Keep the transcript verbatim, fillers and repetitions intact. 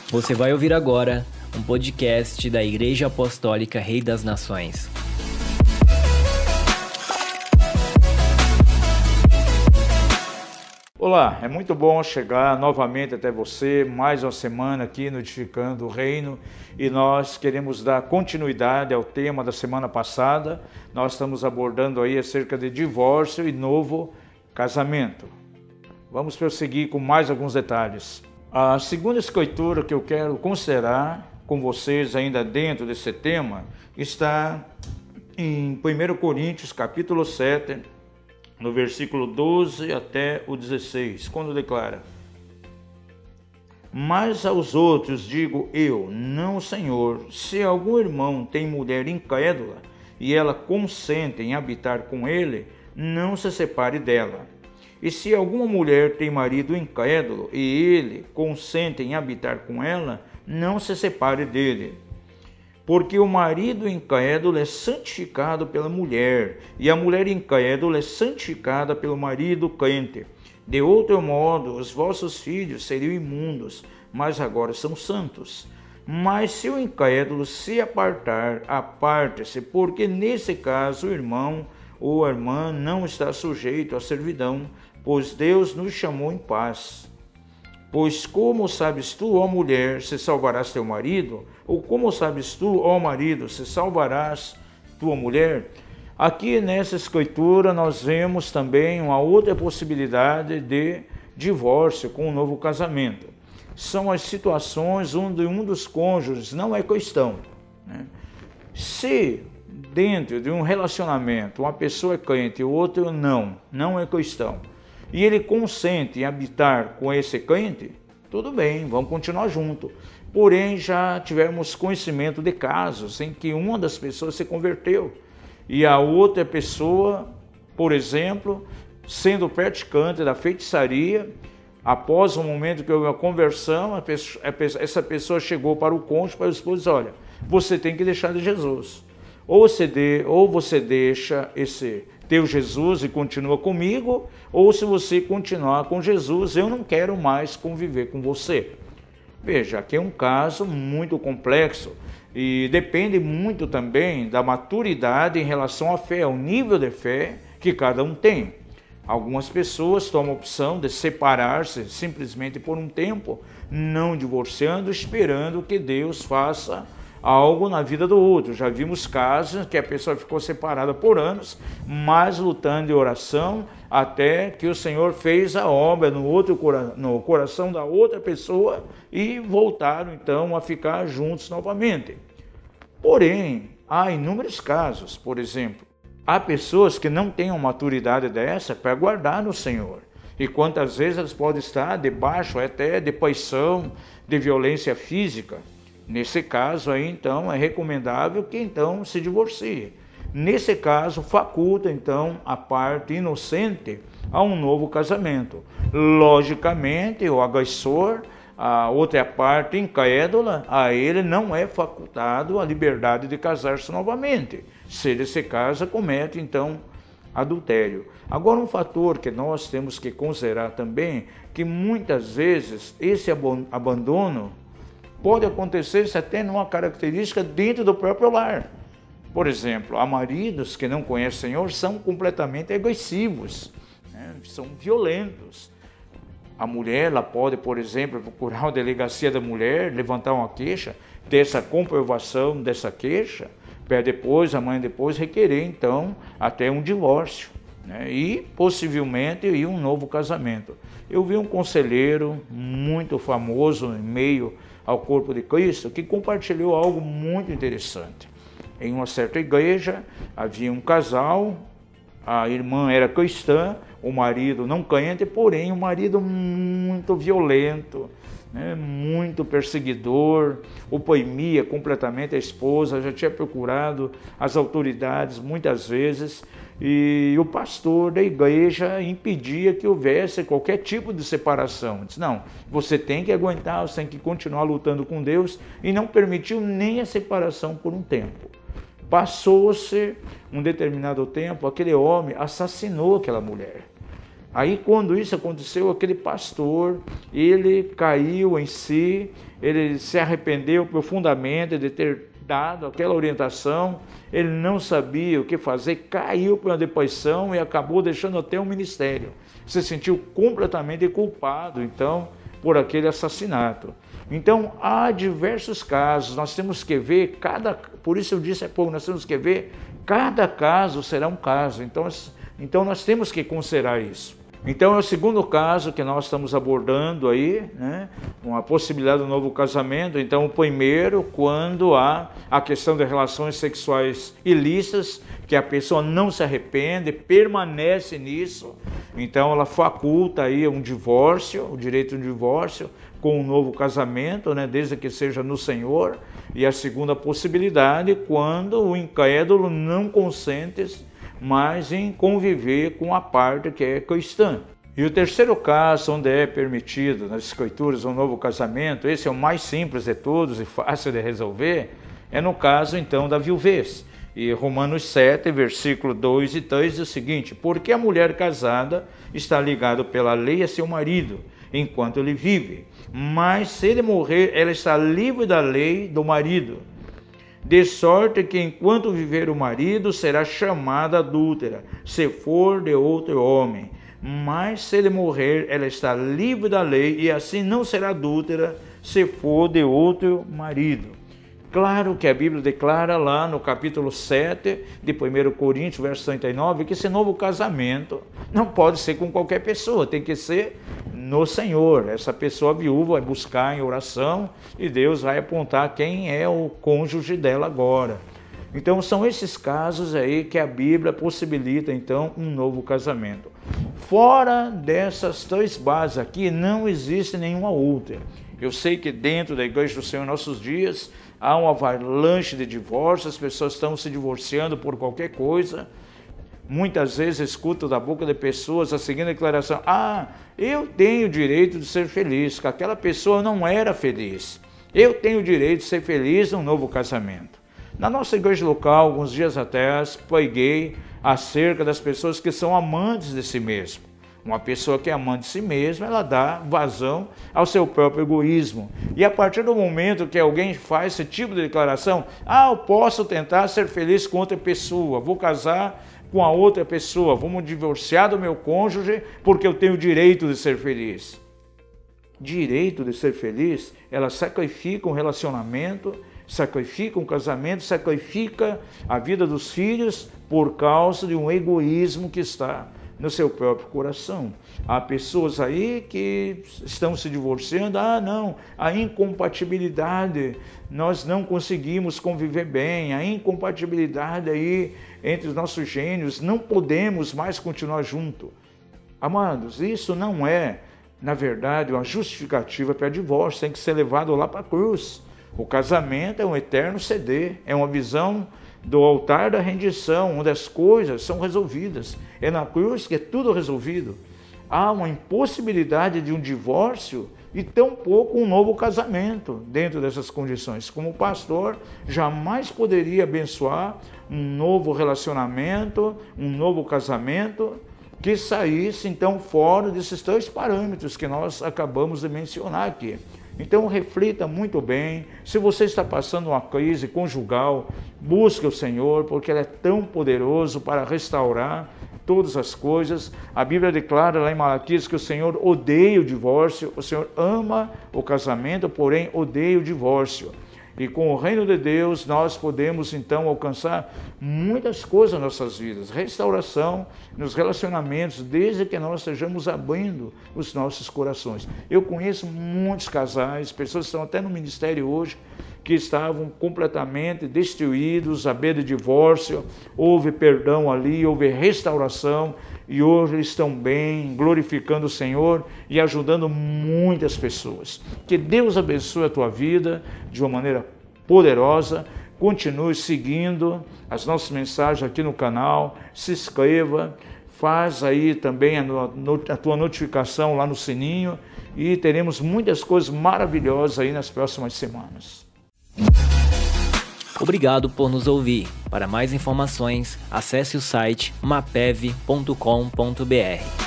Você vai ouvir agora um podcast da Igreja Apostólica Rei das Nações. Olá, é muito bom chegar novamente até você, mais uma semana aqui no Edificando o Reino, e nós queremos dar continuidade ao tema da semana passada. Nós estamos abordando aí acerca de divórcio e novo casamento. Vamos prosseguir com mais alguns detalhes. A segunda escritura que eu quero considerar com vocês ainda dentro desse tema está em primeira Coríntios capítulo sete, no versículo doze até o dezesseis, quando declara: Mas aos outros digo eu, não o Senhor, se algum irmão tem mulher incrédula e ela consente em habitar com ele, não se separe dela. E se alguma mulher tem marido incrédulo e ele consente em habitar com ela, não se separe dele. Porque o marido incrédulo é santificado pela mulher, e a mulher incrédula é santificada pelo marido crente. De outro modo, os vossos filhos seriam imundos, mas agora são santos. Mas se o incrédulo se apartar, aparte-se, porque nesse caso o irmão ou a irmã não está sujeito à servidão, pois Deus nos chamou em paz. Pois como sabes tu, ó mulher, se salvarás teu marido? Ou como sabes tu, ó marido, se salvarás tua mulher? Aqui nessa escritura nós vemos também uma outra possibilidade de divórcio com um novo casamento. São as situações onde um dos cônjuges não é cristão, né? Se dentro de um relacionamento uma pessoa é crente e o outro não, não é cristão, e ele consente em habitar com esse crente, tudo bem, vamos continuar junto. Porém, já tivemos conhecimento de casos em que uma das pessoas se converteu e a outra pessoa, por exemplo, sendo praticante da feitiçaria, após um momento que houve uma conversão, a pessoa, essa pessoa chegou para o cônjuge, para o esposo e disse: olha, você tem que deixar de Jesus. Ou você, de, ou você deixa esse teu Jesus e continua comigo, ou se você continuar com Jesus, eu não quero mais conviver com você. Veja, aqui é um caso muito complexo e depende muito também da maturidade em relação à fé, ao nível de fé que cada um tem. Algumas pessoas tomam a opção de separar-se simplesmente por um tempo, não divorciando, esperando que Deus faça algo na vida do outro. Já vimos casos que a pessoa ficou separada por anos, mas lutando em oração, até que o Senhor fez a obra no, outro, no coração da outra pessoa e voltaram então a ficar juntos novamente. Porém, há inúmeros casos, por exemplo, há pessoas que não têm uma maturidade dessa para guardar no Senhor. E quantas vezes elas podem estar debaixo até de paixão, de violência física. Nesse caso aí, então, é recomendável que então se divorcie. Nesse caso, faculta então a parte inocente a um novo casamento. Logicamente, o agressor, a outra parte incrédula, a ele não é facultado a liberdade de casar-se novamente. Se ele se casa, comete então adultério. Agora, um fator que nós temos que considerar também, que muitas vezes esse abandono pode acontecer até numa característica dentro do próprio lar. Por exemplo, há maridos que não conhecem o Senhor, são completamente agressivos, né? São violentos. A mulher ela pode, por exemplo, procurar a delegacia da mulher, levantar uma queixa, ter essa comprovação dessa queixa, para depois, amanhã depois, requerer então até um divórcio, né? E possivelmente ir um novo casamento. Eu vi um conselheiro muito famoso em meio ao corpo de Cristo, que compartilhou algo muito interessante. Em uma certa igreja, havia um casal, a irmã era cristã, o marido não crente, porém o marido muito violento, né, muito perseguidor, oprimia completamente a esposa, já tinha procurado as autoridades muitas vezes, e o pastor da igreja impedia que houvesse qualquer tipo de separação. Disse: não, você tem que aguentar, você tem que continuar lutando com Deus, e não permitiu nem a separação por um tempo. Passou-se um determinado tempo, aquele homem assassinou aquela mulher. Aí quando isso aconteceu, aquele pastor, ele caiu em si, ele se arrependeu profundamente de ter dado aquela orientação, ele não sabia o que fazer, caiu para uma depressão e acabou deixando até o ministério. Se sentiu completamente culpado, então, por aquele assassinato. Então, há diversos casos, nós temos que ver cada, por isso eu disse há pouco, nós temos que ver, cada caso será um caso, então, então nós temos que considerar isso. Então é o segundo caso que nós estamos abordando aí, né? Uma possibilidade do novo casamento. Então o primeiro, quando há a questão de relações sexuais ilícitas, que a pessoa não se arrepende, permanece nisso, então ela faculta aí um divórcio, o direito de divórcio, com um novo casamento, né? Desde que seja no Senhor. E a segunda possibilidade, quando o incrédulo não consente mas em conviver com a parte que é cristã. E o terceiro caso, onde é permitido nas Escrituras um novo casamento, esse é o mais simples de todos e fácil de resolver, é no caso então da viuvez. E Romanos sete, versículo dois e três diz o seguinte: porque a mulher casada está ligada pela lei a seu marido, enquanto ele vive, mas se ele morrer, ela está livre da lei do marido. De sorte que enquanto viver o marido, será chamada adúltera, se for de outro homem. Mas se ele morrer, ela está livre da lei, e assim não será adúltera, se for de outro marido. Claro que a Bíblia declara lá no capítulo sete de primeira Coríntios, verso trinta e nove, que esse novo casamento não pode ser com qualquer pessoa, tem que ser no Senhor. Essa pessoa viúva vai buscar em oração e Deus vai apontar quem é o cônjuge dela agora. Então são esses casos aí que a Bíblia possibilita então um novo casamento. Fora dessas três bases aqui não existe nenhuma outra. Eu sei que dentro da Igreja do Senhor em nossos dias há uma avalanche de divórcios, as pessoas estão se divorciando por qualquer coisa. Muitas vezes escuto da boca de pessoas a seguinte declaração: ah, eu tenho o direito de ser feliz, que aquela pessoa não era feliz. Eu tenho o direito de ser feliz num novo casamento. Na nossa igreja local, alguns dias atrás, preguei acerca das pessoas que são amantes de si mesmo. Uma pessoa que é amante de si mesma, ela dá vazão ao seu próprio egoísmo. E a partir do momento que alguém faz esse tipo de declaração: ah, eu posso tentar ser feliz com outra pessoa, vou casar com a outra pessoa, vou me divorciar do meu cônjuge porque eu tenho o direito de ser feliz. Direito de ser feliz, ela sacrifica um relacionamento, sacrifica um casamento, sacrifica a vida dos filhos por causa de um egoísmo que está no seu próprio coração. Há pessoas aí que estão se divorciando: ah, não, a incompatibilidade, nós não conseguimos conviver bem, a incompatibilidade aí entre os nossos gênios, não podemos mais continuar junto. Amados, isso não é, na verdade, uma justificativa para divórcio, tem que ser levado lá para a cruz. O casamento é um eterno ceder, é uma visão do altar da rendição, onde as coisas são resolvidas. É na cruz que é tudo resolvido. Há uma impossibilidade de um divórcio e tampouco um novo casamento dentro dessas condições. Como pastor, jamais poderia abençoar um novo relacionamento, um novo casamento que saísse então fora desses três parâmetros que nós acabamos de mencionar aqui. Então reflita muito bem. Se você está passando uma crise conjugal, busque o Senhor, porque Ele é tão poderoso para restaurar todas as coisas. A Bíblia declara lá em Malaquias que o Senhor odeia o divórcio, o Senhor ama o casamento, porém odeia o divórcio. E com o reino de Deus nós podemos então alcançar muitas coisas nas nossas vidas. Restauração nos relacionamentos, desde que nós estejamos abrindo os nossos corações. Eu conheço muitos casais, pessoas que estão até no ministério hoje, que estavam completamente destruídos, à beira de divórcio. Houve perdão ali, houve restauração. E hoje estão bem, glorificando o Senhor e ajudando muitas pessoas. Que Deus abençoe a tua vida de uma maneira poderosa. Continue seguindo as nossas mensagens aqui no canal. Se inscreva, faz aí também a, a tua notificação lá no sininho. E teremos muitas coisas maravilhosas aí nas próximas semanas. Obrigado por nos ouvir. Para mais informações, acesse o site mapev ponto com ponto br.